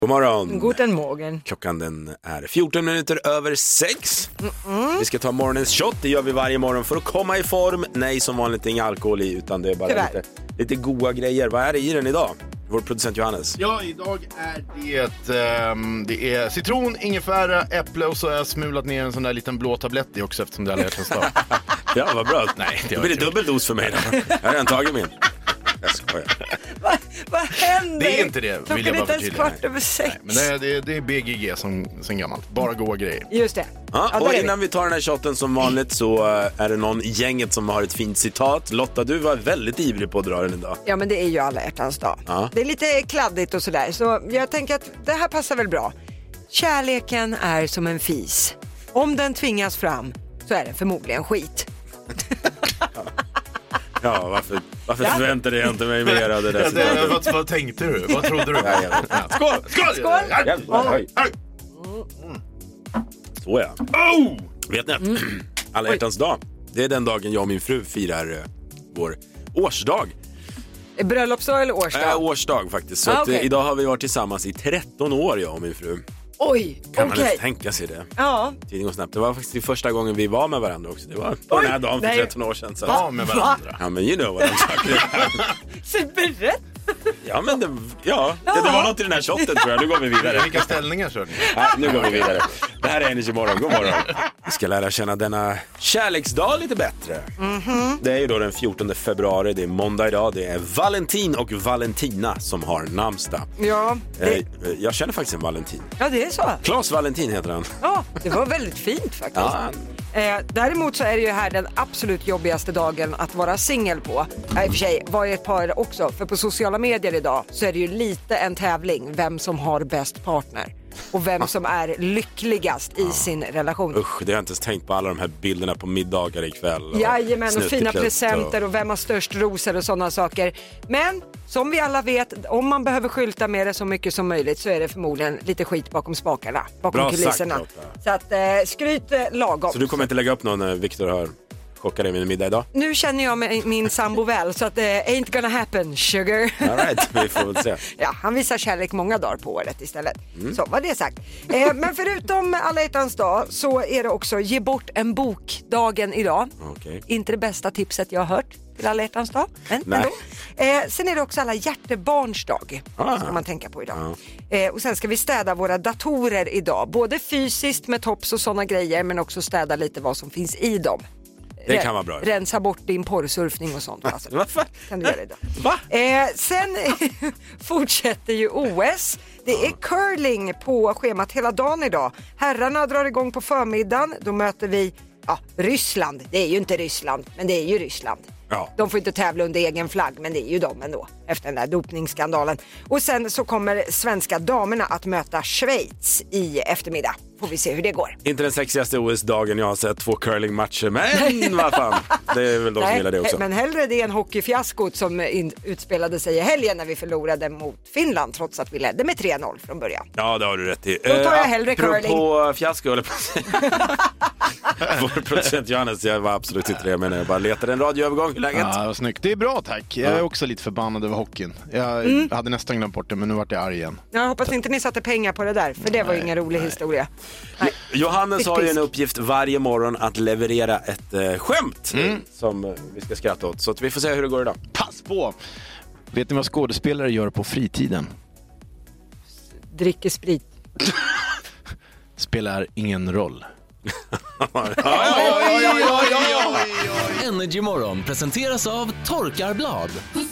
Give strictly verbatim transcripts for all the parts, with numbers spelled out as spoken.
God morgon. Guten Morgen. Klockan den är fjorton minuter över sex. Mm-mm. Vi ska ta morgonens shot. Det gör vi varje morgon för att komma i form. Nej, som vanligt inga alkohol i, utan det är bara lite, lite goda grejer. Vad är det i den idag? Vår producent Johannes. Ja, idag är det, um, det är citron, ingefära, äpple och så har jag smulat ner en sån där liten blå tablett i också eftersom det är alla hjärtans dag. Ja, vad bra. Nej, det blir det dubbel dos för mig då. Jag har redan tagit min. Jag skojar. Va, vad händer? Det är inte det, Klockan vill jag bara inte ens förtydliga. kvart över sex. Nej, men det är, det, är, det är B G G som, som gammalt. Bara goda grejer. Just det. Ja, ja, och innan vi. vi tar den här shotten som vanligt så är det någon i gänget som har ett fint citat. Lotta, du var väldigt ivrig på att dra den idag. Ja, men det är ju alla hjärtans dag. Ja. Det är lite kladdigt och sådär. Så jag tänker att det här passar väl bra. Kärleken är som en fis. Om den tvingas fram så är den förmodligen skit. Ja, varför, varför Ja. förväntade jag inte mig mer av det där Ja, det, citatet? vad, vad tänkte du? Vad trodde du? Ja, jag vet. Ja. Skål! Skål! Skål! Jävlar, höj. Så ja. Oh! Vet ni att alla hjärtans dag, det är den dagen jag och min fru firar uh, vår årsdag. Bröllopsdag eller årsdag? Äh, årsdag faktiskt. Så Ah, att, okay. uh, idag har vi varit tillsammans i tretton år, jag och min fru. Oj, Kan man okej. ens tänka sig det? Ja. Tiden går snabbt. Det var faktiskt första gången vi var med varandra också. Det var på den här dagen för nej. tretton år sedan. Så. Ja, med varandra. Ja, men you know what I'm talking about. Så berätt. Ja, men det, ja, det, det var något i den här shotten tror jag. Nu går vi vidare. Vilka ställningar kör ni? Nej, nu går vi vidare. Det här är Energy Morgon. God morgon. Vi ska lära känna denna kärleksdag lite bättre. Mm-hmm. Det är ju då den fjortonde februari. Det är måndag idag. Det är Valentin och Valentina som har namnsdag. Ja, det, Eh, Jag känner faktiskt en Valentin. ja, det är så. Claes Valentin heter han. Ja, det var väldigt fint faktiskt. Ja. Eh, däremot så är det ju här den absolut jobbigaste dagen att vara singel på. Ja, i och för sig var ju ett par också. För på sociala medier idag så är det ju lite en tävling vem som har bäst partner. Och vem som är lyckligast i sin relation. Usch, det har jag inte ens tänkt på alla de här bilderna på middagar ikväll. Och Jajamän, och fina snutteklätt presenter och vem har störst rosor och sådana saker. Men som vi alla vet, om man behöver skylta med det så mycket som möjligt så är det förmodligen lite skit bakom spakarna, bakom Bra kulisserna. sagt, Lotta. Så att eh, skryt eh, lagom. Så du kommer inte lägga upp någon när Victor har chockat dig med en middag idag? Nu känner jag med min sambo väl så att det eh, ain't gonna happen, sugar. All right, vi får väl se. Ja, han visar kärlek många dagar på året istället. Mm. Så var det sagt. Eh, men förutom alla hjärtans dag så är det också ge bort en bok-dagen idag. Okay. Inte det bästa tipset jag har hört till alla hjärtans dag. Men Nej. ändå. Eh, sen är det också alla hjärtebarns dag. Ah. Ska man tänka på idag. Ja. Eh, och sen ska vi städa våra datorer idag. Både fysiskt med tops och sådana grejer men också städa lite vad som finns i dem. Det kan vara bra. Rensa bort din porrsurfning och sånt. Alltså. Varför? Kan du göra idag? Va? Eh, sen fortsätter ju O S. Det är curling på schemat hela dagen idag. Herrarna drar igång på förmiddagen. Då möter vi ja, Ryssland. Det är ju inte Ryssland, men det är ju Ryssland. Ja. De får inte tävla under egen flagg, men det är ju de ändå efter den där dopningsskandalen. Och sen så kommer svenska damerna att möta Schweiz i eftermiddag. Får vi se hur det går. Inte den sexigaste O S-dagen jag har sett två curlingmatcher, men vad fan. Det är väl de som gillar det också. Men hellre det än hockeyfiaskot som in, utspelade sig i helgen när vi förlorade mot Finland trots att vi ledde med tre noll från början. Ja, det har du rätt i. Då tar jag hellre curling. På fiasko eller på vår producent Johannes, jag var absolut inte det, men jag bara letade en radioövergång. Hur läget? Ja, vad snyggt. Det är bra, tack. Jag är också lite förbannad över hockeyn. Jag mm. hade nästan glömt bort det, men nu vart jag arg igen. Jag hoppas inte ni satte pengar på det där, för det var ju ingen rolig nej. historia. Nej. Johannes har ju en uppgift varje morgon att leverera ett eh, skämt mm. som eh, vi ska skratta åt. Så att vi får se hur det går idag. Pass på! Vet ni vad skådespelare gör på fritiden? Dricker sprit. Spelar ingen roll. Energy Morgon presenteras av Torkarblad.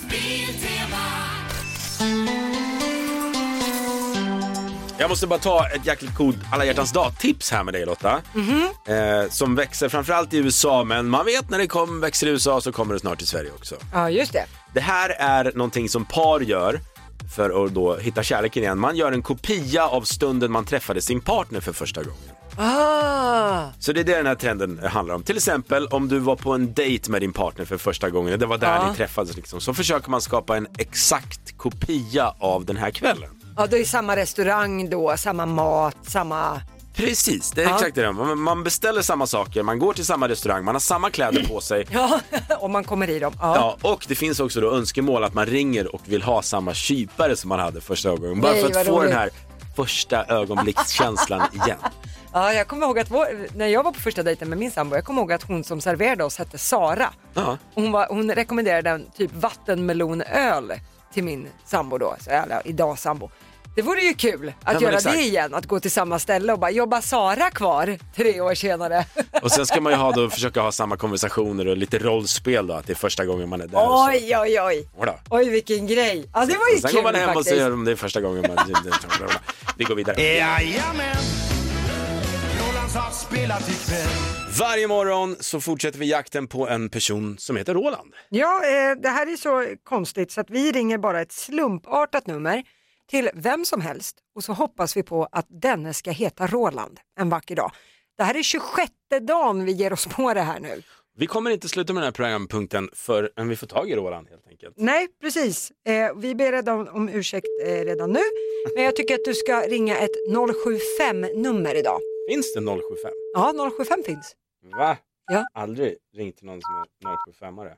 Jag måste bara ta ett jäkligt coolt alla hjärtans dag-tips här med dig, Lotta. Mm-hmm. eh, som växer framförallt i U S A, men man vet när det kommer, växer i U S A så kommer det snart till Sverige också. Ja, just det. Det här är någonting som par gör för att då hitta kärleken igen. Man gör en kopia av stunden man träffade sin partner för första gången. Ah. Så det är det den här trenden handlar om. Till exempel om du var på en dejt med din partner för första gången. Det var där ah. ni träffades liksom. Så försöker man skapa en exakt kopia av den här kvällen. Ja, det är samma restaurang då, samma mat, samma... Precis, det är ja. exakt det. Man beställer samma saker, man går till samma restaurang, man har samma kläder på sig. Ja, om man kommer i dem. Ja. Ja, och det finns också då önskemål att man ringer och vill ha samma kypare som man hade första gången. Bara Nej, för att vad få roligt. den här första ögonblickskänslan igen. Ja, jag kommer ihåg att vår, när jag var på första dejten med min sambo, jag kommer ihåg att hon som serverade oss hette Sara. Ja. Hon, var, hon rekommenderade en typ vattenmelonöl till min sambo då, så eller idag sambo. Det vore ju kul att ja, göra exakt. det igen, att gå till samma ställe och bara jobba Sara kvar tre år senare. Och sen ska man ju ha då, försöka ha samma konversationer och lite rollspel då, att det är första gången man är där. Oj, oj, oj. Oda. Oj, vilken grej. Ja, det var ju sen kul går man hem faktiskt. och ser om det är första gången man... Vi går vidare. Jajamän, Rolands har spelat ikväll. Varje morgon så fortsätter vi jakten på en person som heter Roland. Ja, eh, det här är så konstigt så att vi ringer bara ett slumpartat nummer till vem som helst och så hoppas vi på att denne ska heta Roland en vacker dag. Det här är tjugosjätte dagen vi ger oss på det här nu. Vi kommer inte sluta med den här programpunkten förrän vi får tag i Roland helt enkelt. Nej, precis. Eh, vi ber redan om ursäkt eh, redan nu. Men jag tycker att du ska ringa ett noll sju fem-nummer idag. Finns det noll sju fem? Ja, noll sju fem finns. Va? Ja. Aldrig ringt till någon som är noll sju fem-are.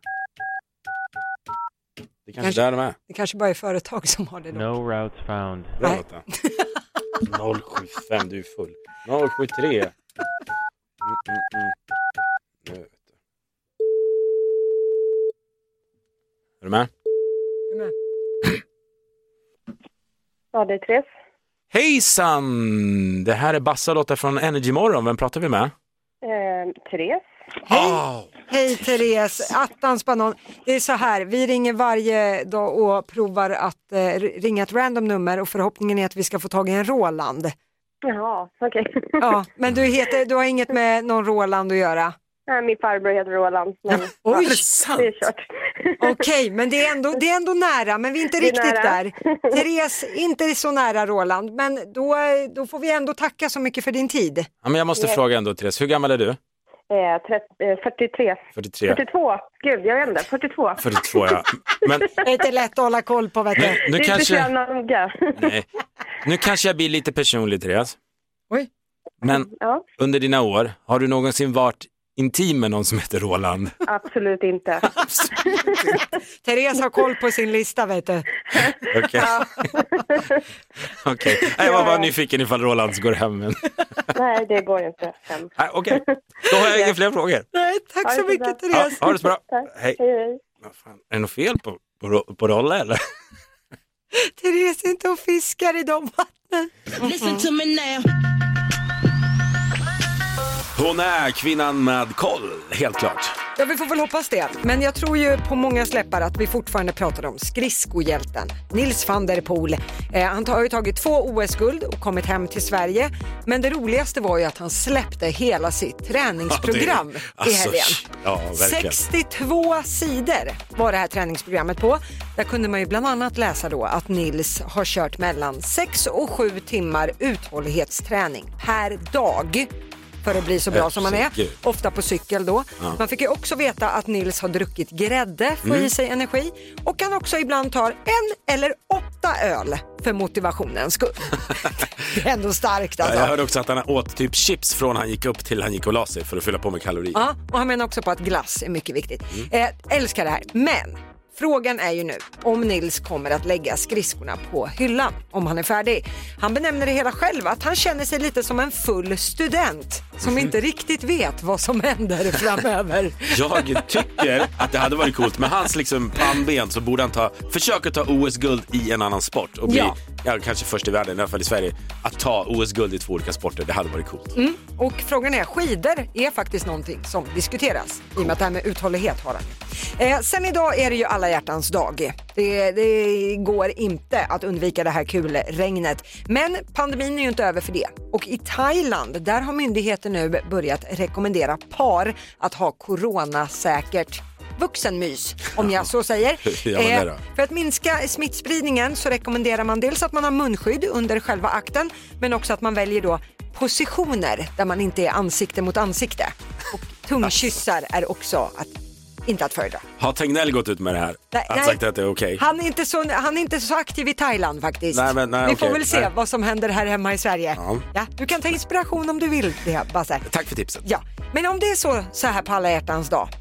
Det kanske, Kanske- där de är. Det kanske bara är företag som har det då. No routes found. Bra Nej. Lotta. noll sju fem, du är full. noll sju tre. Mm, mm, mm. Nu vet du. Är du med? Är du med? Ja, det är Therese. Hejsan! Det här är Bassa Lotta från Energy Morgon. Vem pratar vi med? Eh, Therese. Hej! Hej Therese, attans banan. Det är så här, vi ringer varje dag och provar att eh, ringa ett random nummer och förhoppningen är att vi ska få tag i en Roland. Jaha, okej. Ja, men du, heter, du har inget med någon Roland att göra? Okay. Min farbror heter Roland. Men, Oj, Är det sant? det är kört. okej, men det är, ändå, det är ändå nära, men vi är inte Det är riktigt nära. där. Therese, inte så nära Roland, men då, då får vi ändå tacka så mycket för din tid. Ja, men jag måste Yes. fråga ändå, Therese. Hur gammal är du? Eh, trettio, eh, fyrtiotre. fyrtiotre. fyrtiotvå. Gud, jag vet inte. fyrtiotvå. fyrtiotvå, ja. Men Det är inte lätt att hålla koll på, vet du. nu, nu, det är inte så kanske, jävla noga. nej, nu kanske jag blir lite personlig, Therese. Oj. Men Ja, under dina år, har du någonsin varit intim med någon som heter Roland? absolut inte. Therese har koll på sin lista, vet du. Okej. Okej. Nej, jag var bara nyfiken ifall Roland går hem. Men... Nej, det går inte hem. Nej, okej. Då har jag inga fler frågor. Nej, tack Ha så det mycket bra. Ja, Therese. ha det så bra. Tack. Hej. Hej, hej. Vad fan, är det något fel på, på, på Rolle eller? Therese är inte och fiskar i de vattnen. Listen to me now. Hon är kvinnan med koll, helt klart. Ja, vi får väl hoppas det. Men jag tror ju på många släppar att vi fortfarande pratar om skridskohjälten. Nils van der Poel. Eh, han har ju tagit två O S-guld och kommit hem till Sverige. Men det roligaste var ju att han släppte hela sitt träningsprogram Ja, det- i alltså, helgen. ja, verkligen. sextiotvå sidor var det här träningsprogrammet på. Där kunde man ju bland annat läsa då att Nils har kört mellan sex och sju timmar uthållighetsträning per dag. För att bli så bra som man är. Herregud. Ofta på cykel då. Ja. Man fick ju också veta att Nils har druckit grädde, får Mm. i sig energi. Och han också ibland tar en eller åtta öl för motivationens skull. Det är ändå starkt Ja, alltså. jag hörde också att han åt typ chips från han gick upp till han gick och la sig för att fylla på med kalorier. Ja, och han menar också på att glass är mycket viktigt. Mm. Eh, älskar det här. Men frågan är ju nu om Nils kommer att lägga skridskorna på hyllan om han är färdig. Han benämner det hela själv att han känner sig lite som en full student som inte riktigt vet vad som händer framöver. Jag tycker att det hade varit coolt med hans liksom pannben så borde han ta, försöka ta O S-guld i en annan sport och bli, Ja. ja, kanske först i världen, i alla fall i Sverige, att ta O S-guld i två olika sporter. Det hade varit coolt. Mm. Och frågan är, skidor är faktiskt någonting som diskuteras i och med att det här med uthållighet har han. Eh, sen idag är det ju alla hjärtans dag. Det, det går inte att undvika det här kulregnet. Men pandemin är ju inte över för det. Och i Thailand, där har myndigheter nu börjat rekommendera par att ha coronasäkert vuxenmys, om jag så säger. Ja, men det då. För att minska smittspridningen så rekommenderar man dels att man har munskydd under själva akten, men också att man väljer då positioner där man inte är ansikte mot ansikte. Och tungkyssar är också att, inte att föredra. Har Tegnell gått ut med det här? Nej, Han nej. sagt att det är okej? Han är, inte så, han är inte så aktiv i Thailand faktiskt. Nej, men- nej, Vi får okej. väl se Nej. vad som händer här hemma i Sverige. Ja. Ja, du kan ta inspiration om du vill det, Basse. Tack för tipset. Ja, men om det är så, så här på alla hjärtans dag,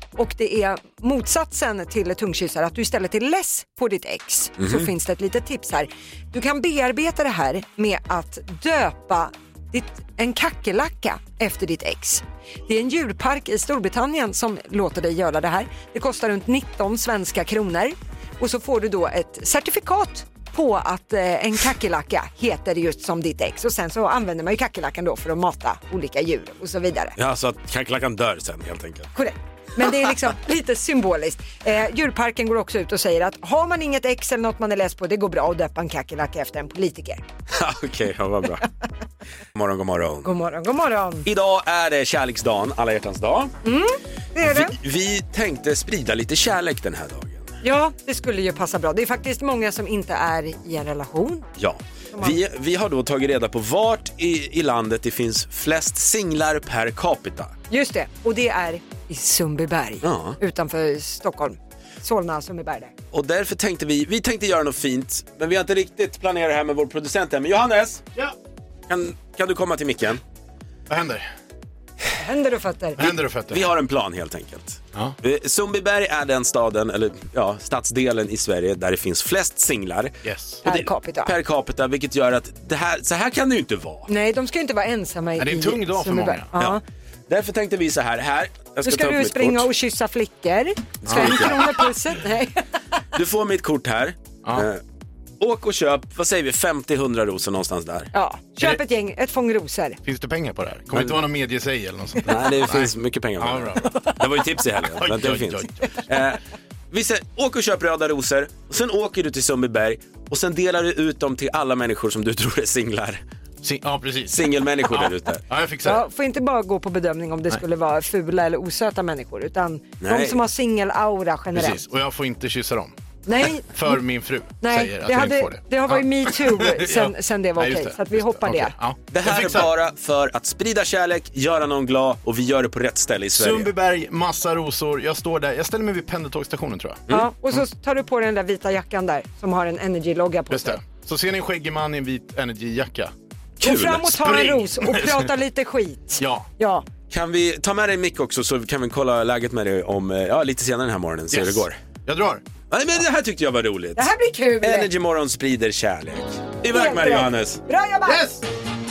och det är motsatsen till tungkyssar, att du istället är less på ditt ex, mm-hmm. så finns det ett litet tips här. Du kan bearbeta det här med att döpa ditt, en kackerlacka efter ditt ex. Det är en djurpark i Storbritannien som låter dig göra det här. Det kostar runt nitton svenska kronor och så får du då ett certifikat på att eh, en kackerlacka heter just som ditt ex, och sen så använder man ju kackerlackan då för att mata olika djur och så vidare. Ja, så att kackerlackan dör sen helt enkelt. Korrekt. Men det är liksom lite symboliskt. Eh, djurparken går också ut och säger att har man inget ex eller något man är less på, det går bra att döpa en kackerlacka efter en politiker. Okej, okay, ja, vad bra. God morgon, god morgon. God morgon, god morgon. Idag är det kärleksdagen, alla hjärtans dag. Mm, det är det. Vi, vi tänkte sprida lite kärlek den här dagen. Ja, det skulle ju passa bra. Det är faktiskt många som inte är i en relation. Ja, vi, vi har då tagit reda på vart i, i landet det finns flest singlar per capita. Just det, och det är i Sundbyberg, ja. utanför Stockholm. Solna, Sundbyberg där. Och därför tänkte vi, vi tänkte göra något fint, men vi har inte riktigt planerat det här med vår producent än. Men Johannes, ja. kan, kan du komma till micken? Vad händer? Händer och fötter. Vi, händer och fötter. Vi har en plan helt enkelt. Ja. Sundbyberg är den staden, eller ja, stadsdelen i Sverige där det finns flest singlar. Yes. Per capita. Per capita, vilket gör att det här, så här kan det ju inte vara. Nej, de ska ju inte vara ensamma i ja, det är en tung dag för många. Ja. Ja. Därför tänkte vi så här, här. Jag ska nu ska ta upp du mitt springa kort. och kyssa flickor. Fem Ja. kronor pusset. Nej. Du får mitt kort här. Ja. Eh, åk och köp, vad säger vi, femtio hundra rosor någonstans där. Ja, köp ett gäng, ett fång rosor. Finns det pengar på det här? Kommer det inte vara någon mediesej eller något sånt? Nej, det finns mycket pengar på Ja, det. bra. Det var ju tips i helgen, men det Oj, finns. oj, oj. Eh, vi säger, åk och köp röda rosor, och sen åker du till Sundbyberg och sen delar du ut dem till alla människor som du tror är singlar. Si- ja, precis. Singelmänniskor där ute. Ja, jag fixar Ja, det. får inte bara gå på bedömning om det skulle vara fula eller osöta människor, utan Nej. de som har singel-aura generellt. Precis, och jag får inte kyssa dem. Nej, För min fru nej säger att det, jag hade, inte får det. det har varit Ja. me too sen, Ja. sen det var Nej, just okej, det, så att vi just det. hoppar Okej, det. ja. Det här Jag är fixar. bara för att sprida kärlek, göra någon glad, och vi gör det på rätt ställe i Sverige. Sundbyberg, massa rosor. Jag står där. Jag ställer mig vid pendeltågsstationen, tror jag. Ja, och så tar du på den där vita jackan där som har en Energy-logga på Just sig. det. Så ser ni en skäggig man i en vit Energy-jacka. Gå fram och ta en Spring. ros och prata lite skit. Ja. Ja. Kan vi ta med dig Mick också, så kan vi kolla läget med dig om, ja, lite senare den här morgonen, så Yes. det går. Jag drar. Nej, men det här tyckte jag var roligt. Det här blir kul. Energy Morgon sprider kärlek. Iväg Helt med dig, rätt. Johannes. Bra jobbat! Yes!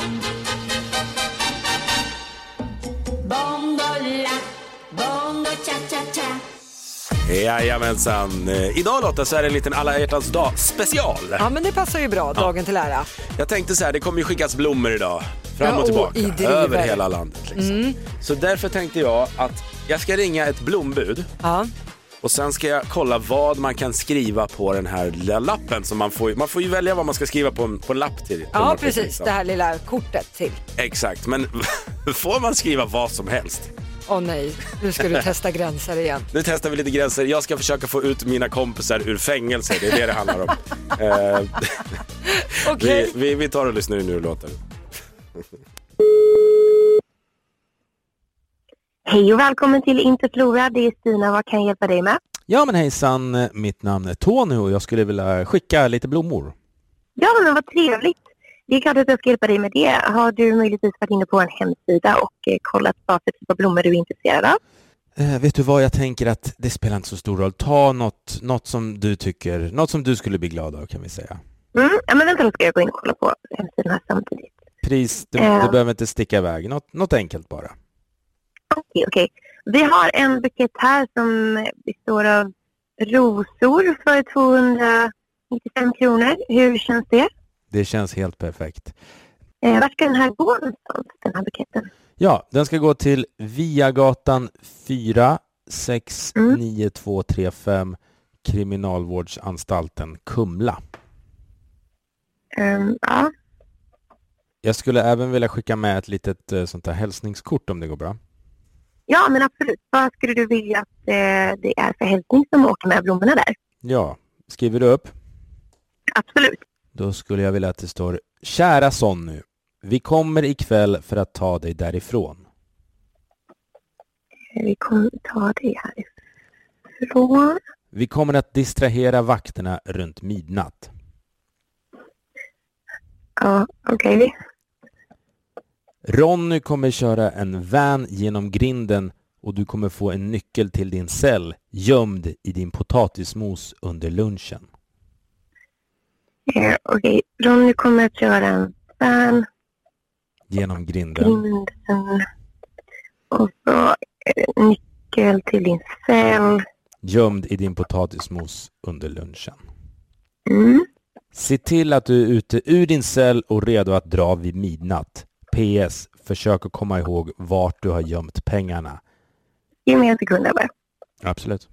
Jajamensan. Eh, Idag Lotta så är det en liten alla hjärtans dag special. Ja, men det passar ju bra, dagen till ära. Jag tänkte så här, det kommer ju skickas blommor idag. Fram Ja, och tillbaka. och i driver. Över hela landet. Liksom. Mm. Så därför tänkte jag att jag ska ringa ett blombud. Ja. Och sen ska jag kolla vad man kan skriva på den här lilla lappen. Som man, får, man får ju välja vad man ska skriva på en, på en lapp till. Ja, precis. Det här lilla kortet till. Exakt, men får man skriva vad som helst? Åh oh, nej, nu ska du testa gränser igen. Nu testar vi lite gränser. Jag ska försöka få ut mina kompisar ur fängelse. Det är det det handlar om. eh, Okej. vi, vi, vi tar och lyssnar nu hur det låter. Hej och välkommen till Interflora. Det är Stina. Vad kan jag hjälpa dig med? Ja men hejsan, mitt namn är Tony och jag skulle vilja skicka lite blommor. Ja, men vad trevligt. Det är klart att jag ska hjälpa dig med det. Har du möjligtvis varit inne på en hemsida och eh, kollat vad för typ av blommor du är intresserad av? Eh, vet du vad, jag tänker att det spelar inte så stor roll. Ta något, något som du tycker, något som du skulle bli glad av kan vi säga. Mm, ja, men vänta, då ska jag gå in och kolla på hemsidan här samtidigt. Pris, det, Eh. det behöver inte sticka iväg. Något, något enkelt bara. Okej, okej. Vi har en bukett här som består av rosor för tvåhundranittiofem kronor. Hur känns det? Det känns helt perfekt. Eh, vart ska den här gå någonstans, den här buketten? Ja, den ska gå till Viagatan fyra sex nio två tre fem Kriminalvårdsanstalten Kumla. Um, ja. Jag skulle även vilja skicka med ett litet eh, sånt här hälsningskort om det går bra. ja, men absolut. Vad skulle du vilja att eh, det är för hälsning som åker med blommorna där? Ja, skriver du upp? Absolut. Då skulle jag vilja att det står: kära Sonny, vi kommer ikväll för att ta dig därifrån. Vi kommer ta det härifrån. Vi kommer att distrahera vakterna runt midnatt. Ja, okej. Okay. Ronny kommer köra en van genom grinden och du kommer få en nyckel till din cell gömd i din potatismos under lunchen. Eh, Okej, okay. Ronny kommer att köra en van. Genom grinden. grinden. Och så eh, nyckel till din cell. Gömd i din potatismos under lunchen. Mm. Se till att du är ute ur din cell och redo att dra vid midnatt. P S. Försök att komma ihåg vart du har gömt pengarna. Ge mig en sekund bara. Absolut.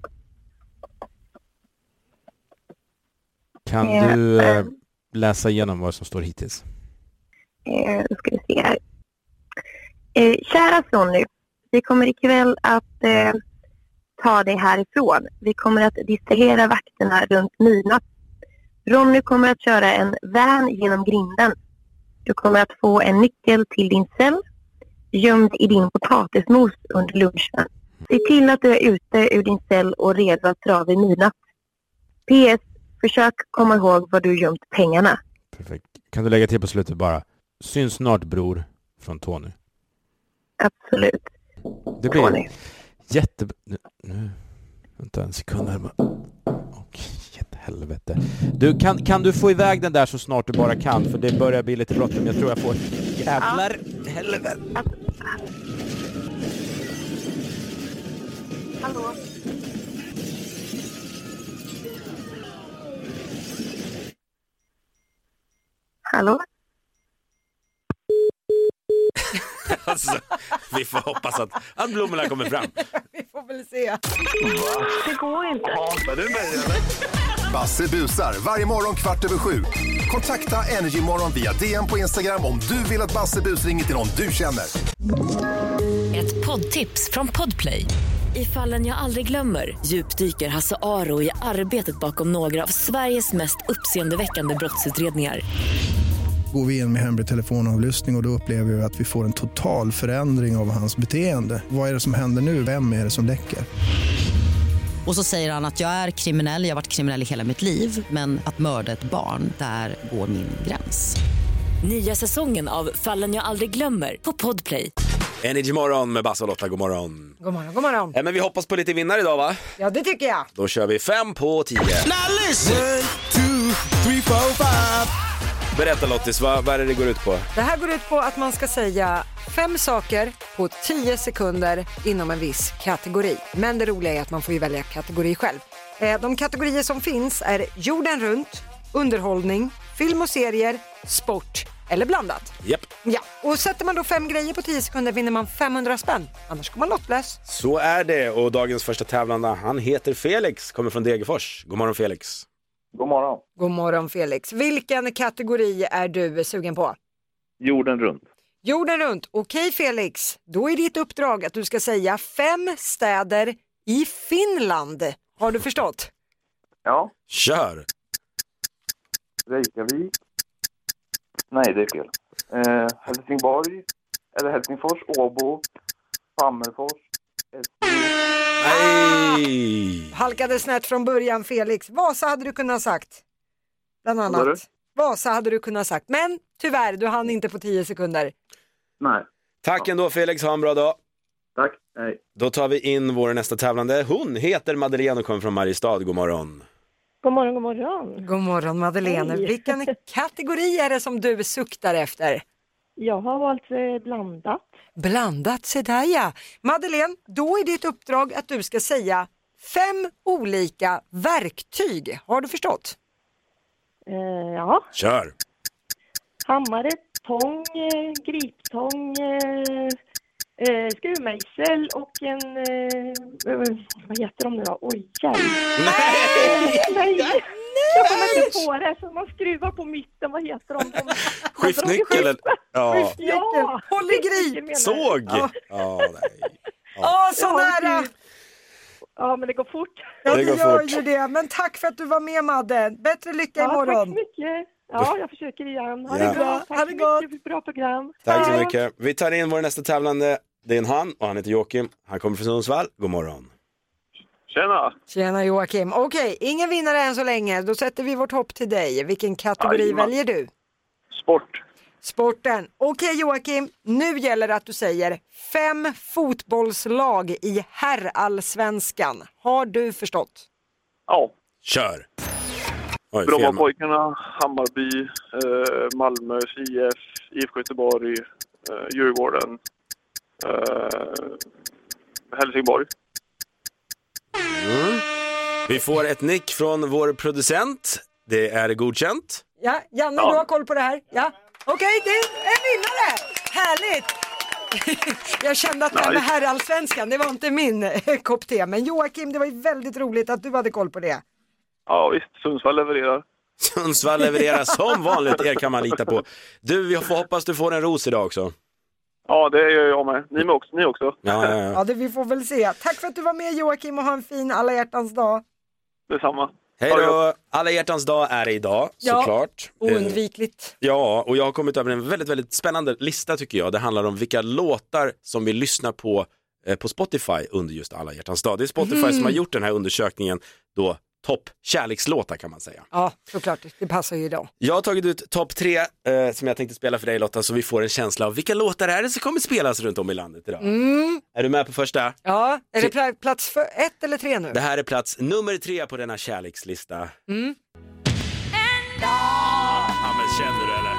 Kan ja, du äh, läsa igenom vad som står hittills? Eh, då ska vi se här. Eh, kära Sonny, vi kommer ikväll att eh, ta dig härifrån. Vi kommer att distrahera vakterna runt midnatt. Ronny kommer att köra en van genom grinden. Du kommer att få en nyckel till din cell gömd i din potatismos under lunchen. Se till att du är ute ur din cell och redo att dra vid midnatt. P S. Försök komma ihåg var du gömt pengarna. Perfekt. Kan du lägga till på slutet bara? Syns snart, bror, från Tony. Absolut. Det blir Tony. Jätte... Nu, nu... Vänta en sekund här. Okej, helvete. Du, kan, kan du få iväg den där så snart du bara kan? För det börjar bli lite bråttom. Jag tror jag får... Jävlar, ja. Helvete. Hallå? Hallå? Alltså, vi får hoppas att, att blommorna kommer fram. Vi får väl se. Det går inte. Hatar du mig eller? Basse busar varje morgon kvart över sju. Kontakta Energy Morgon via D M på Instagram om du vill att Basse bus ringer till någon du känner. Ett poddtips från Podplay. I Fallen jag aldrig glömmer djupdyker Hasse Aro i arbetet bakom några av Sveriges mest uppseendeväckande brottsutredningar. Går vi in med hemlig telefonavlyssning och, och då upplever vi att vi får en total förändring av hans beteende. Vad är det som händer nu? Vem är det som läcker? Och så säger han att jag är kriminell, jag har varit kriminell i hela mitt liv. Men att mörda ett barn, där går min gräns. Nya säsongen av Fallen jag aldrig glömmer på Podplay. Energy Morgon med Basse och Lotta, god morgon. God morgon, god morgon. Ja, men vi hoppas på lite vinnare idag, va? Ja, det tycker jag. Då kör vi fem på tio. Now listen! One, two, three, four, five. Berätta Lottis, vad, vad är det det går ut på? Det här går ut på att man ska säga fem saker på tio sekunder inom en viss kategori. Men det roliga är att man får ju välja kategori själv. De kategorier som finns är jorden runt, underhållning, film och serier, sport eller blandat. Japp. Ja, och sätter man då fem grejer på tio sekunder vinner man femhundra spänn. Annars går man lottlös. Så är det, och dagens första tävlande, han heter Felix, kommer från Degerfors. God morgon Felix. God morgon. God morgon Felix. Vilken kategori är du sugen på? Jorden runt. Jorden runt. Okej Felix, då är ditt uppdrag att du ska säga fem städer i Finland. Har du förstått? Ja. Kör. Reykjavik. Nej, det är fel. Eh, Helsingborg. Eller Helsingfors, Åbo. Hammerfors. Nej! Halkade snett från början Felix. Vasa hade du kunnat sagt. Bland annat. Vasa hade du kunnat sagt. Men tyvärr, du hann inte på tio sekunder. Nej. Tack ändå Felix, ha en bra dag. Tack, hej. Då tar vi in vår nästa tävlande. Hon heter Madeleine och kommer från Mariestad. God morgon. God morgon, god morgon. God morgon Madeleine. Hej. Vilken kategori är det som du suktar efter? Jag har valt eh, blandat. Blandat, se där ja. Madeleine, då är ditt uppdrag att du ska säga fem olika verktyg. Har du förstått? Eh, ja. Kör. Hammare, tång, eh, griptång, eh, eh, skruvmejsel och en... Eh, vad heter de nu då? Oj, jävlar. Nej! Nej! Nej! Jag kommer inte på det, så man skruvar på mitten, vad heter de? de Skiftnyckel? Ja. Ja. Håll i grip. Såg? Ja, ja nej. Ja. Åh, så nära. Ja, men det går fort. Ja, det, det går gör fort. ju det. Men tack för att du var med, Madde. Bättre lycka ja, imorgon. Tack så mycket. Ja, jag försöker igen. Ha ja. det bra. Tack ha det gott. Mycket, bra program. Tack så mycket. Vi tar in vår nästa tävlande. Det är en han och han heter Joakim. Han kommer från Sundsvall. God morgon. Tjena. Tjena Joakim. Okej, ingen vinnare än så länge. Då sätter vi vårt hopp till dig. Vilken kategori Aj, väljer du? Sport. Sporten. Okej Joakim, nu gäller det att du säger fem fotbollslag i herrallsvenskan. Har du förstått? Ja. Kör. Oj, Brommapojkarna, Hammarby, eh, Malmö, I F, I F K Göteborg, eh, Djurgården, eh, Helsingborg. Mm. Vi får ett nick från vår producent. Det är godkänt. Ja, Janne, Ja. du har koll på det här. Ja. Okej, det är en vinnare. Härligt. Jag kände att det här med herrallsvenskan, det var inte min eh, kopp te. Men Joakim, det var ju väldigt roligt att du hade koll på det. Ja visst, Sundsvall levererar. Sundsvall levererar som vanligt, er kan man lita på. Du, vi får hoppas du får en ros idag också. Ja, det gör jag med. Ni, med också, ni också. Ja, ja, ja. Ja, det vi får väl se. Tack för att du var med Joakim och ha en fin alla hjärtans dag. Detsamma. Hej då! Alla hjärtans dag är idag, Ja, såklart. oundvikligt. Eh, Ja, och jag har kommit över en väldigt, väldigt spännande lista tycker jag. Det handlar om vilka låtar som vi lyssnar på eh, på Spotify under just alla hjärtans dag. Det är Spotify Mm. som har gjort den här undersökningen då. Topp kärlekslåtar kan man säga. Ja, såklart. Det passar ju idag. Jag har tagit ut topp tre eh, som jag tänkte spela för dig Lotta, så vi får en känsla av vilka låtar är det som kommer spelas runt om i landet idag. Mm. Är du med på första? Ja, är det pla- plats för ett eller tre nu? Det här är plats nummer tre på denna kärlekslista. Mm. Ja, men känner du eller?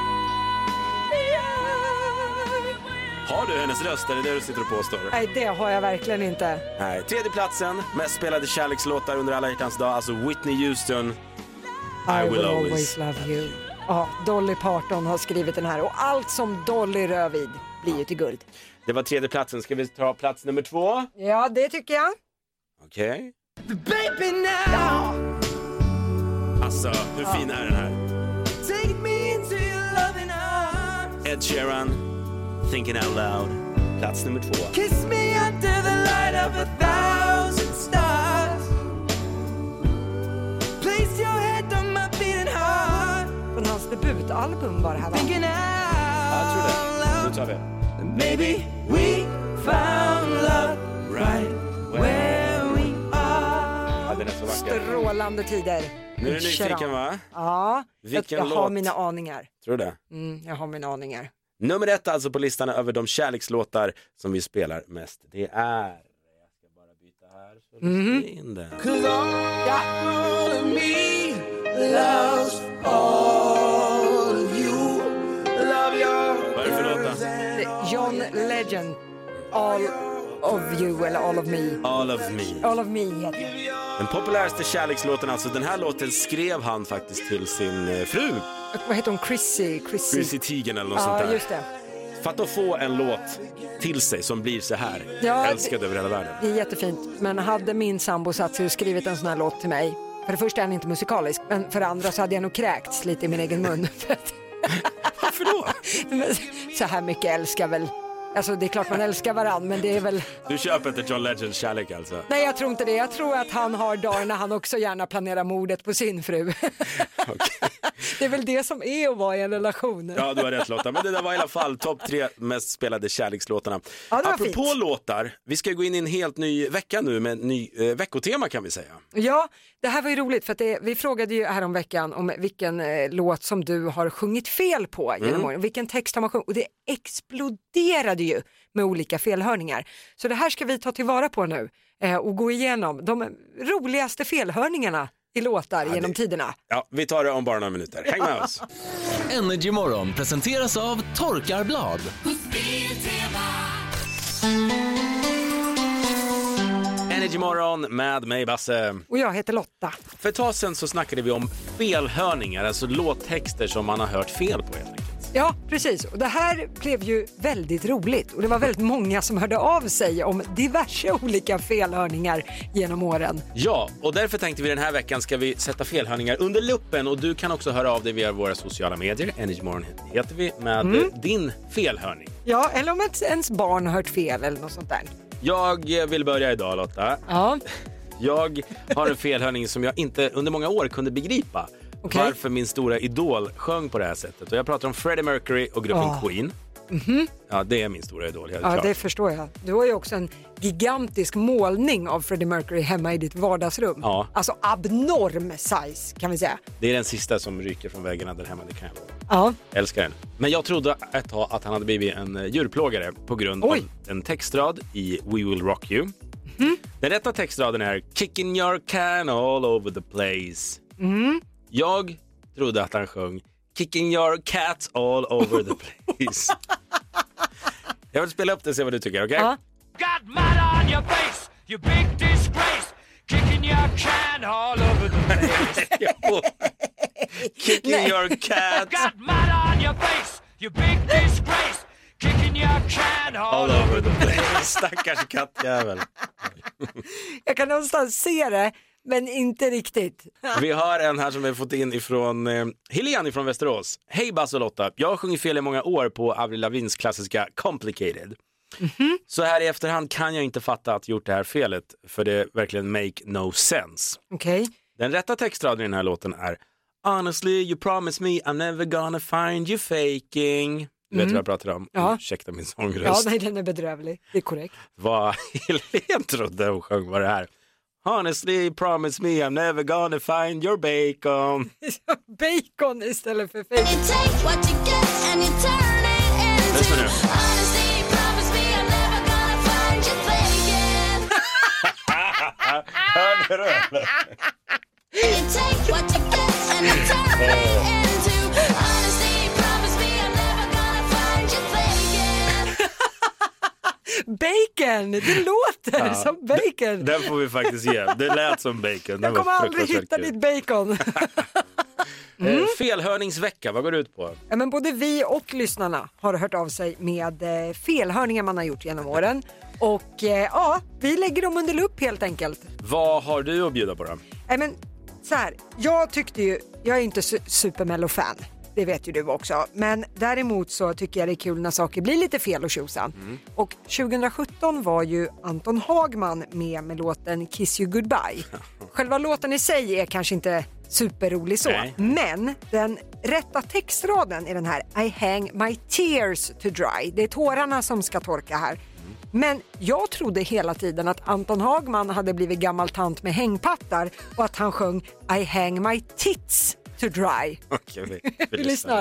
Har du hennes röst, är det det du sitter och påstår? Nej, det har jag verkligen inte. Nej, tredje platsen, mest spelade kärlekslåtar under alla hjärtans dag, alltså Whitney Houston, I will always love you. Ja, Dolly Parton har skrivit den här och allt som Dolly rör vid blir ju till guld. Det var tredje platsen, ska vi ta plats nummer två? Ja, det tycker jag. Okej. Baby now, Alltså, hur fin är den här? take me into your loving arms. Ed Sheeran, Thinking Out Loud, plats nummer två. Kiss me under the light of a thousand stars. Place your head on my beating heart. Från hans debutalbum var det här, va? Thinking out Ja, jag tror det. Nu tar vi. maybe we found love right where we are. Ja, den är så vacker. Strålande tider. Nu är du nyfiken, va? Ja, Vilken jag har låt? mina aningar. Tror du det? Mm, jag har mina aningar. Nummer ett alltså på listan över de kärlekslåtar som vi spelar mest. Det är... Jag ska bara byta här så du Mhm. ser in den. 'Cause all of me loves all of you. Love your Vad är det för låt då? Det är John Legend, All of you eller All of me. All of me. All of me heter det. Den populäraste kärlekslåten, alltså den här låten skrev han faktiskt till sin eh, fru. Vad heter hon? Chrissy? Chrissy, Chrissy Teigen eller något Ja, sånt där. just det. För att då få en låt till sig som blir så här Ja, älskad över hela världen. Det är jättefint. Men hade min sambo satt sig och skrivit en sån här låt till mig, för det första är den inte musikalisk, men för det andra så hade jag nog kräkts lite i min egen mun. Varför då? Men så här mycket älskar väl. Alltså det är klart man älskar varann, men det är väl... Du köper inte John Legends kärlek alltså? Nej, jag tror inte det. Jag tror att han har dagar när han också gärna planerar mordet på sin fru. Det är väl det som är att vara i en relation. Ja, du har rätt Lotta. Men det där var i alla fall topp tre mest spelade kärlekslåtarna. Ja, det var Apropå fint. låtar, vi ska gå in i en helt ny vecka nu med en ny eh, veckotema kan vi säga. Ja, det här var ju roligt för att det, vi frågade ju här om veckan om vilken eh, låt som du har sjungit fel på genom Mm. åren. Vilken text har man sjungit? Och det exploderade ju med olika felhörningar. Så det här ska vi ta tillvara på nu eh, och gå igenom de roligaste felhörningarna i låtar genom tiderna. Ja, vi tar det om bara några minuter. Häng med oss. Energy Morgon presenteras av Torkarblad. Energy Morgon med mig Basse. Och jag heter Lotta. För ett tag sedan så snackade vi om felhörningar, alltså låttexter som man har hört fel på helt enkelt. Ja, precis. Och det här blev ju väldigt roligt. Och det var väldigt många som hörde av sig om diverse olika felhörningar genom åren. Ja, och därför tänkte vi den här veckan ska vi sätta felhörningar under luppen och du kan också höra av dig via våra sociala medier. Energy Morgon heter vi med Mm. eh, din felhörning. Ja, eller om ens, ens barn har hört fel eller något sånt där. Jag eh, vill börja idag Lotta. Ja. Jag har en felhörning som jag inte under många år kunde begripa. Okej. Varför min stora idol sjöng på det här sättet. Och jag pratar om Freddie Mercury och gruppen Ah. Queen. Mhm. Ja, det är min stora idol, helt Ja, klart. det förstår jag. Du har ju också en gigantisk målning av Freddie Mercury hemma i ditt vardagsrum. Ja. Alltså abnorm size kan vi säga. Det är den sista som ryker från väggarna där hemma, det kan jag lova. Ja. Älskar den. Men jag trodde ett tag att han hade blivit en djurplågare på grund Oj. av en textrad i We Will Rock You. Mm. Den rätta textraden är Kicking your can all over the place. Mm. Jag trodde att han sjöng Kicking your cat all over the place. Jag vill spela upp det och se vad du tycker, okej? Okay? Ja. Got mud on your face, you big disgrace. Kicking your can all over the place. Kicking Nej. your cat. Got mud on your face, you big disgrace. Kicking your can all, all over the place. Stackars kattjävel. Jag kan någonstans se det, men inte riktigt. Vi har en här som vi fått in ifrån eh, Helene från Västerås. Hej Bass och Lotta, jag har sjungit fel i många år på Avril Lavins klassiska Complicated. Mm-hmm. Så här i efterhand kan jag inte fatta att gjort det här felet, för det verkligen make no sense. Okej. Okay. Den rätta textraden i den här låten är Honestly, you promised me I'm never gonna find you faking. Du vet mm. vad jag pratar om? Ja. Ursäkta min sångröst. Ja, nej, den är bedrövlig. Det är korrekt. Vad Helene trodde hon sjöng var det här. Honestly, promise me I'm never gonna find your bacon. Bacon istället för fake. Lyssna nu. Hörde du eller? Bacon, det låter ja, som bacon. Den får vi faktiskt ge. Det lät som bacon. Den jag kommer aldrig hitta ditt bacon. mm. Felhörningsvecka, vad går det ut på? Ja, men både vi och lyssnarna har hört av sig med eh, felhörningar man har gjort genom åren. Och eh, ja, vi lägger dem under lupp helt enkelt. Vad har du att bjuda på då? Nej, men så här, jag tyckte ju, jag är inte su- supermello-fan. Det vet ju du också. Men däremot så tycker jag det är kul när saker blir lite fel och tjosan. Mm. Och tjugohundrasjutton var ju Anton Hagman med med låten Kiss You Goodbye. Själva låten i sig är kanske inte superrolig så. Nej. Men den rätta textraden är den här I hang my tears to dry. Det är tårarna som ska torka här. Men jag trodde hela tiden att Anton Hagman hade blivit gammal tant med hängpattar och att han sjöng I hang my tits to dry. Okej, vi, vi, vi lyssnar.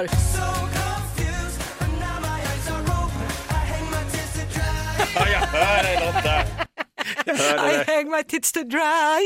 Ja, jag hör det, Lotta. Jag hör det. I hang my tits to dry.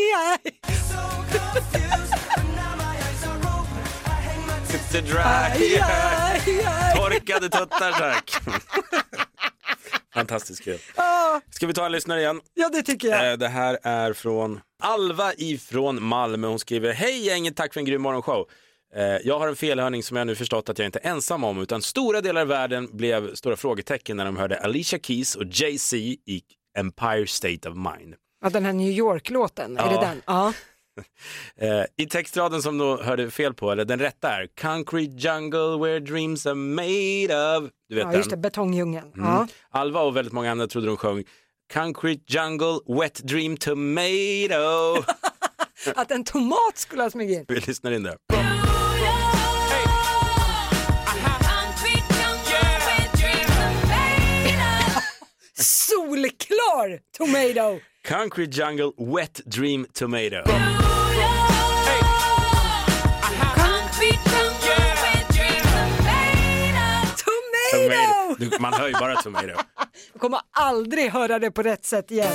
Tits to dry. Torkade tuttar, tack. Fantastiskt kul. Ska vi ta en lyssnare igen? Ja, det tycker jag. Det här är från Alva ifrån Malmö. Hon skriver: hej gänget, tack för en grym morgonshow. Jag har en felhörning som jag nu förstått att jag inte är ensam om, utan stora delar av världen blev stora frågetecken när de hörde Alicia Keys och Jay-Z i Empire State of Mind. Ja, den här New York-låten, ja. Är det den? Ja. I textraden som du hörde fel på, eller den rätta är Concrete jungle where dreams are made of. Du vet ja, just det, den. betongdjungeln. Mm. Ja. Alva och väldigt många andra trodde de sjöng Concrete jungle wet dream tomato. Att en tomat skulle ha smugit in. Vi lyssnar in där. Solklar tomato. Concrete jungle wet dream tomato. Tomato! Man hör ju bara tomato. Jag kommer aldrig höra det på rätt sätt igen.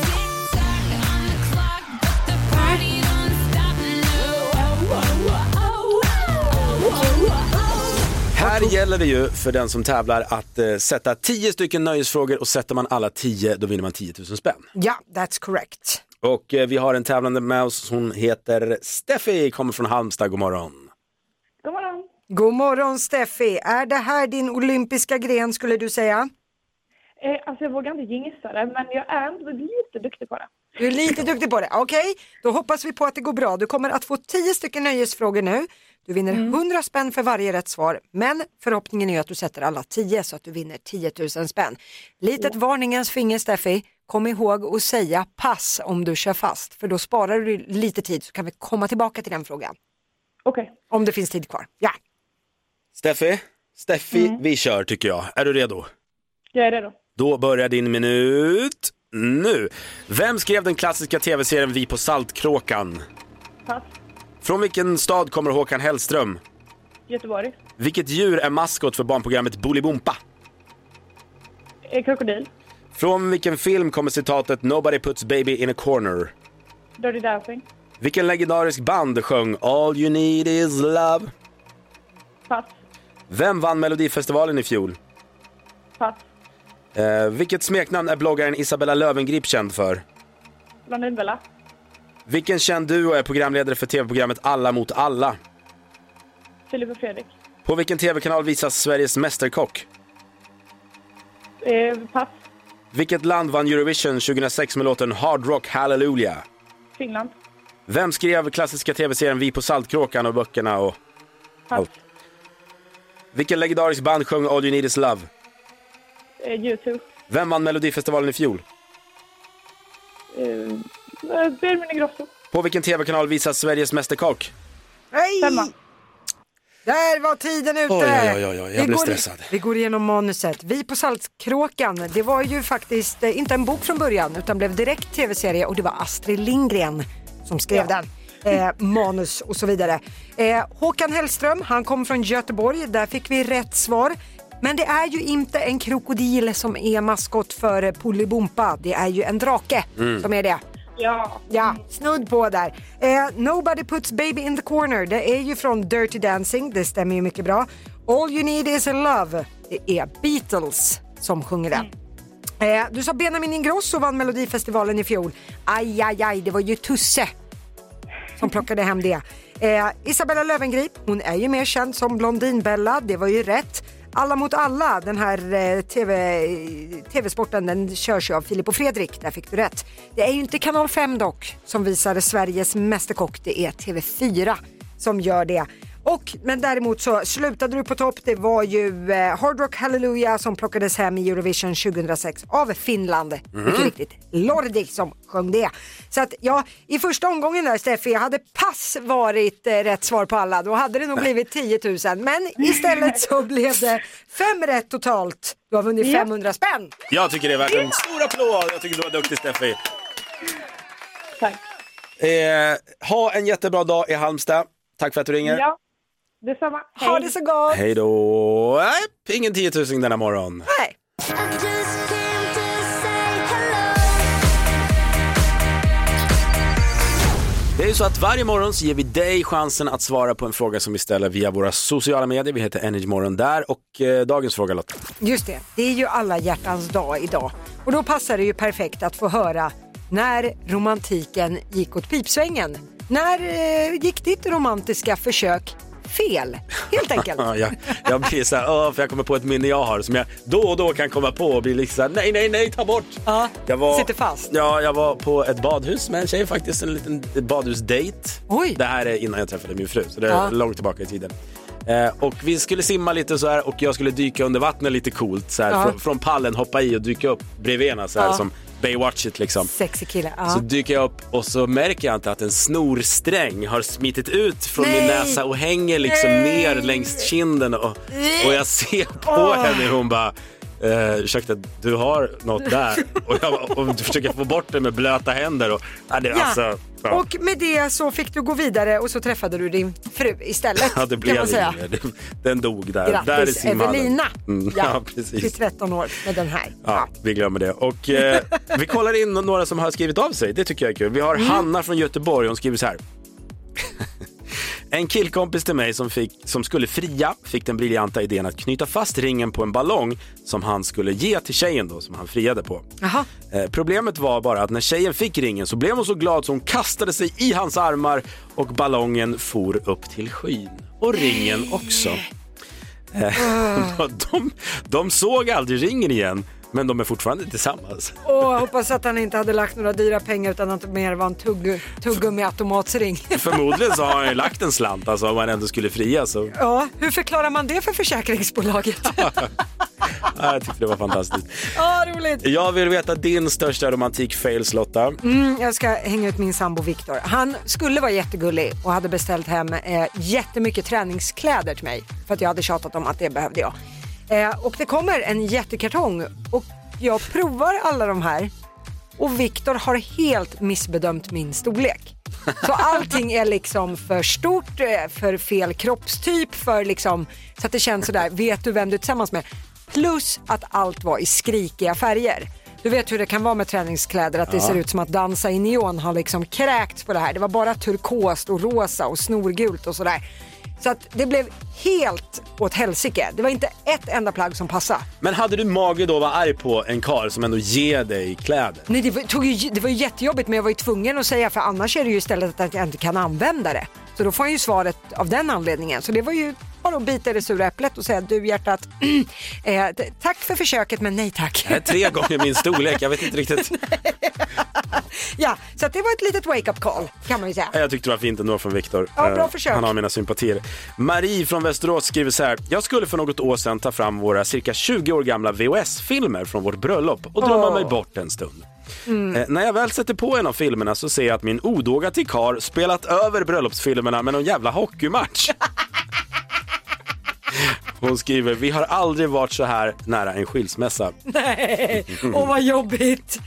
Här gäller det ju för den som tävlar att eh, sätta tio stycken nöjesfrågor, och sätter man alla tio då vinner man tio tusen spänn. Ja, that's correct. Och eh, vi har en tävlande med oss, hon heter Steffi, kommer från Halmstad, god morgon. God morgon. God morgon Steffi, är det här din olympiska gren skulle du säga? Eh, alltså jag vågar inte gissa det, men jag är ändå lite duktig på det. Du är lite duktig på det, okej. Okay. Då hoppas vi på att det går bra. Du kommer att få tio stycken nöjesfrågor nu. Du vinner mm. hundra spänn för varje rätt svar. Men förhoppningen är att du sätter alla tio så att du vinner tio tusen spänn. Litet ja. varningens finger Steffi. Kom ihåg att säga pass om du kör fast. För då sparar du lite tid så kan vi komma tillbaka till den frågan. Okej. Okay. Om det finns tid kvar, ja. Steffi, Steffi mm. vi kör tycker jag. Är du redo? Jag är redo. Då börjar din minut nu. Vem skrev den klassiska tv-serien Vi på Saltkråkan? Pass. Från vilken stad kommer Håkan Hellström? Göteborg. Vilket djur är maskot för barnprogrammet Bolibompa? Eh, krokodil. Från vilken film kommer citatet Nobody puts baby in a corner? Dirty Dancing. Vilken legendarisk band sjöng All you need is love? Pass. Vem vann Melodifestivalen i fjol? Pass. Eh, vilket smeknamn är bloggaren Isabella Löwengrip känd för? Blondinbella. Vilken känd duo är programledare för tv-programmet Alla mot alla? Filip och Fredrik. På vilken tv-kanal visas Sveriges mästerkock? Eh, pass. Vilket land vann Eurovision tjugohundrasex med låten Hard Rock Hallelujah? Finland. Vem skrev klassiska tv-serien Vi på Saltkråkan och böckerna och Pass. allt? Vilken legendarisk band sjöng All You Need Is Love? Eh, YouTube. Vem vann Melodifestivalen i fjol? Eh, Benjamin Ingrosso. På vilken tv-kanal visas Sveriges mästerkock? Nej! Femma. Där var tiden ute. Oj, oj, oj, oj, jag vi blev går, stressad. Vi går igenom manuset. Vi på Saltkråkan, det var ju faktiskt eh, inte en bok från början utan blev direkt tv-serie och det var Astrid Lindgren som skrev Ja. den. Eh, manus och så vidare. Eh, Håkan Hellström, han kom från Göteborg, där fick vi rätt svar. Men det är ju inte en krokodil som är maskot för eh, Bolibompa, det är ju en drake Mm. som är det. Ja. Ja, snudd på där. Eh, Nobody puts baby in the corner. Det är ju från Dirty Dancing. Det stämmer ju mycket bra. All you need is a love. Det är Beatles som sjunger den. Eh, du sa Benjamin Ingrosso vann Melodifestivalen i fjol. Aj, aj, aj. Det var ju Tusse som plockade hem det. Eh, Isabella Löwengrip, hon är ju mer känd som Blondinbella. Det var ju rätt. Alla mot alla, den här eh, TV, tv-sporten, den körs ju av Filip och Fredrik, där fick du rätt. Det är ju inte kanal fem dock som visar Sveriges mästerkock, det är T V fyra som gör det. Och, men däremot så slutade du på topp, det var ju eh, Hard Rock Hallelujah som plockades hem i Eurovision tjugohundrasex av Finland. Mm. Mycket riktigt, Lordi som sjöng det. Så att ja, i första omgången där Steffi, hade pass varit eh, rätt svar på alla, då hade det nog blivit tio tusen. Men istället så blev det fem rätt totalt. Du har vunnit Ja. femhundra spänn. Jag tycker det är värt en stor applåd. Jag tycker du var duktig, Steffi. Tack. Eh, ha en jättebra dag i Halmstad. Tack för att du ringer. Ja, detsamma. Hej. Ha det så gott. Hej då. Nej, ingen tio tusen denna morgon. Nej. Det är ju så att varje morgon så ger vi dig chansen att svara på en fråga som vi ställer via våra sociala medier. Vi heter Energy Morgon där och eh, dagens fråga, Lotta. Just det, det är ju alla hjärtans dag idag. Och då passar det ju perfekt att få höra när romantiken gick åt pipsvängen. När eh, gick ditt romantiska försök fel, helt enkelt? Ja, jag, jag blir så här, åh, för jag kommer på ett minne jag har som jag då och då kan komma på och bli liksom så här, nej, nej, nej, ta bort. Ja, jag var, sitter fast. Ja, jag var på ett badhus med en tjej faktiskt, en liten badhusdate. Oj. Det här är innan jag träffade min fru, så det är Ja. långt tillbaka i tiden. Eh, och vi skulle simma lite så här och jag skulle dyka under vattnet lite coolt så här, Ja. från, från pallen, hoppa i och dyka upp bredvid ena så här Ja. som Baywatch it liksom. Sexy kille, ja. Så dyker jag upp och så märker jag inte att en snorsträng har smitit ut från Nej. min näsa och hänger liksom Nej. ner längs kinden och, och jag ser på Åh. henne hur hon bara eh, ursäkta, du har något där och, jag, och du försöker få bort det med blöta händer och, ja, det, Ja. alltså, ja. Och med det så fick du gå vidare och så träffade du din fru istället, Ja, det kan blev man säga. det. Den dog där. Grattis, där är simhallen. Evelina. Mm, Ja, ja, till precis. tretton år med den här. Ja, vi glömmer det. Och eh, vi kollar in några som har skrivit av sig. Det tycker jag är kul. Vi har Mm. Hanna från Göteborg. Hon skriver så här. En killkompis till mig som, fick, som skulle fria fick den briljanta idén att knyta fast ringen på en ballong som han skulle ge till tjejen då, som han friade på. Jaha. Eh, problemet var bara att när tjejen fick ringen så blev hon så glad så hon kastade sig i hans armar och ballongen for upp till skyn. Och ringen också. Eh, de, de såg aldrig ringen igen, men de är fortfarande tillsammans. Och jag hoppas att han inte hade lagt några dyra pengar utan att det mer var en tugg, tuggummi-automatsring. Förmodligen så har han ju lagt en slant, alltså om han ändå skulle fria. Så. Ja, hur förklarar man det för försäkringsbolaget? Ja, jag tyckte det var fantastiskt. Ja, roligt. Jag vill veta din största romantik-fails, Lotta. Mm, jag ska hänga ut min sambo Viktor. Han skulle vara jättegullig och hade beställt hem eh, jättemycket träningskläder till mig. För att jag hade tjatat om att det behövde jag. Eh, och det kommer en jättekartong och jag provar alla de här. Och Viktor har helt missbedömt min storlek. Så allting är liksom för stort, för fel kroppstyp, för liksom, så att det känns sådär, vet du vem du är tillsammans med? Plus att allt var i skrikiga färger. Du vet hur det kan vara med träningskläder, att det Ja. ser ut som att dansa i neon har liksom kräkts på det här. Det var bara turkost och rosa och snorgult och sådär. Så att det blev helt åt helsike. Det var inte ett enda plagg som passade. Men hade du mage då att vara arg på en karl som ändå ger dig kläder? Nej, det var, tog ju, det var ju jättejobbigt, men jag var ju tvungen att säga, för annars är det ju istället att jag inte kan använda det. Så då får jag ju svaret av den anledningen. Så det var ju bara att bita i det sura äpplet och säga, du hjärtat, eh, tack för försöket men nej tack. Det är tre gånger min storlek, jag vet inte riktigt. Ja, så att det var ett litet wake-up call kan man ju säga. Jag tyckte det var fint ändå från Viktor. Ja, bra Eh, försök. Han har mina sympatier. Marie från Västerås skriver så här: jag skulle för något år sedan ta fram våra cirka tjugo år gamla V H S-filmer från vårt bröllop och drömma Åh. mig bort en stund. Mm. Eh, när jag väl sätter på en av filmerna så ser jag att min odåga till kar spelat över bröllopsfilmerna med någon jävla hockeymatch. Hon skriver, vi har aldrig varit så här nära en skilsmässa. Nej, åh vad jobbigt.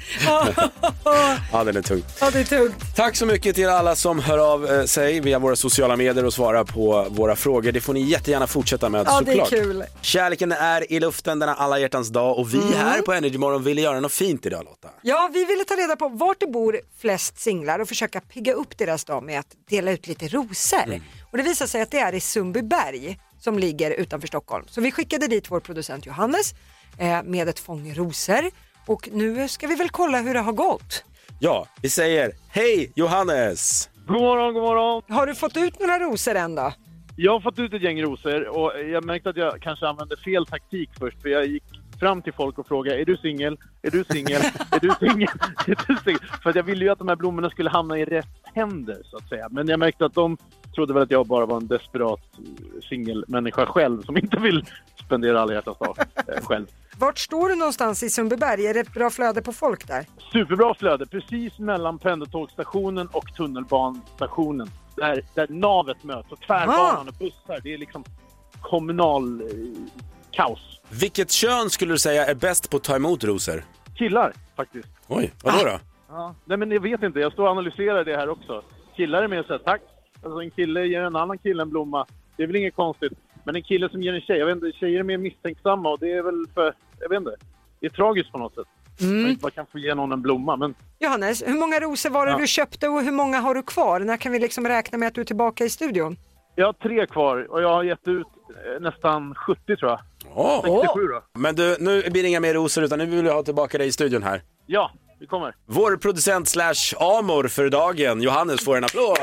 Ja, den är tung. Ja, det är tungt. Tack så mycket till alla som hör av eh, sig via våra sociala medier och svarar på våra frågor. Det får ni jättegärna fortsätta med, Ja, det är såklart. kul. Kärleken är i luften denna alla hjärtans dag och vi Mm. här på Energy Morgon ville göra något fint idag, Lotta. Ja, vi ville ta reda på vart det bor flest singlar och försöka pigga upp deras dag med att dela ut lite rosor. Mm. Och det visar sig att det är i Sundbyberg som ligger utanför Stockholm. Så vi skickade dit vår producent Johannes eh, med ett fång rosor. Och nu ska vi väl kolla hur det har gått. Ja, vi säger hej Johannes! God morgon, god morgon! Har du fått ut några rosor än då? Jag har fått ut ett gäng rosor och jag märkte att jag kanske använde fel taktik först, för jag gick fram till folk och frågade, är du singel? Är du singel? Är du singel? Är du singel? För att jag ville ju att de här blommorna skulle hamna i rätt händer, så att säga. Men jag märkte att de trodde väl att jag bara var en desperat singelmänniska själv som inte vill spendera alla hjärtans dag eh, själv. Vart står du någonstans i Sundbyberg? Är det ett bra flöde på folk där? Superbra flöde, precis mellan pendeltågsstationen och tunnelbanestationen. Där, där navet möts och tvärbanan och bussar. Det är liksom kommunal eh, kaos. Vilket kön skulle du säga är bäst på att ta emot rosor? Killar, faktiskt. Oj, vadå då? Ja. Nej, men jag vet inte, jag står och analyserar det här också. Killar är mer så här, tack. Alltså en kille ger en annan kille en blomma. Det är väl inget konstigt. Men en kille som ger en tjej, jag vet inte, tjejer är mer misstänksamma och det är väl för, jag vet inte. Det är tragiskt på något sätt. Mm. Man inte bara kan få ge någon en blomma, men... Johannes, hur många rosor var det Ja. du köpte och hur många har du kvar? När kan vi liksom räkna med att du är tillbaka i studion? Jag har tre kvar och jag har gett ut eh, nästan sjuttio tror jag. Åh. sextiosju då. Men du, nu blir det inga mer rosor utan nu vill jag ha tillbaka dig i studion här. Ja, vi kommer. Vår producent slash amor för dagen, Johannes, får en applåd.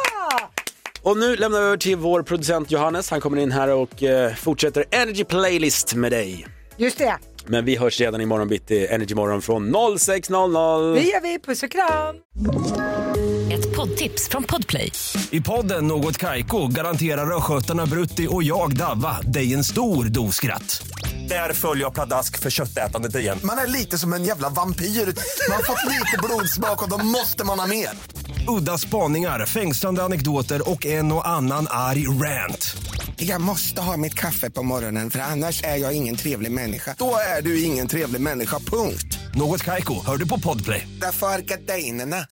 Och nu lämnar vi över till vår producent Johannes. Han kommer in här och eh, fortsätter Energy Playlist med dig. Just det. Men vi hörs redan imorgon bitti, Energy Morgon från noll sex noll noll. Det gör vi, puss och kram. Ett poddtips från Podplay. I podden Något Kaiko garanterar östgötarna Brutti och jag Davva dig en stor dos skratt. Där följer jag pladask för köttätandet igen. Man är lite som en jävla vampyr. Man har fått lite blodsmak och då måste man ha mer. Udda spaningar, fängslande anekdoter och en och annan arg rant. Jag måste ha mitt kaffe på morgonen för annars är jag ingen trevlig människa. Då är du ingen trevlig människa, punkt. Något Kaiko, hör du på Podplay. Därför är gardinerna.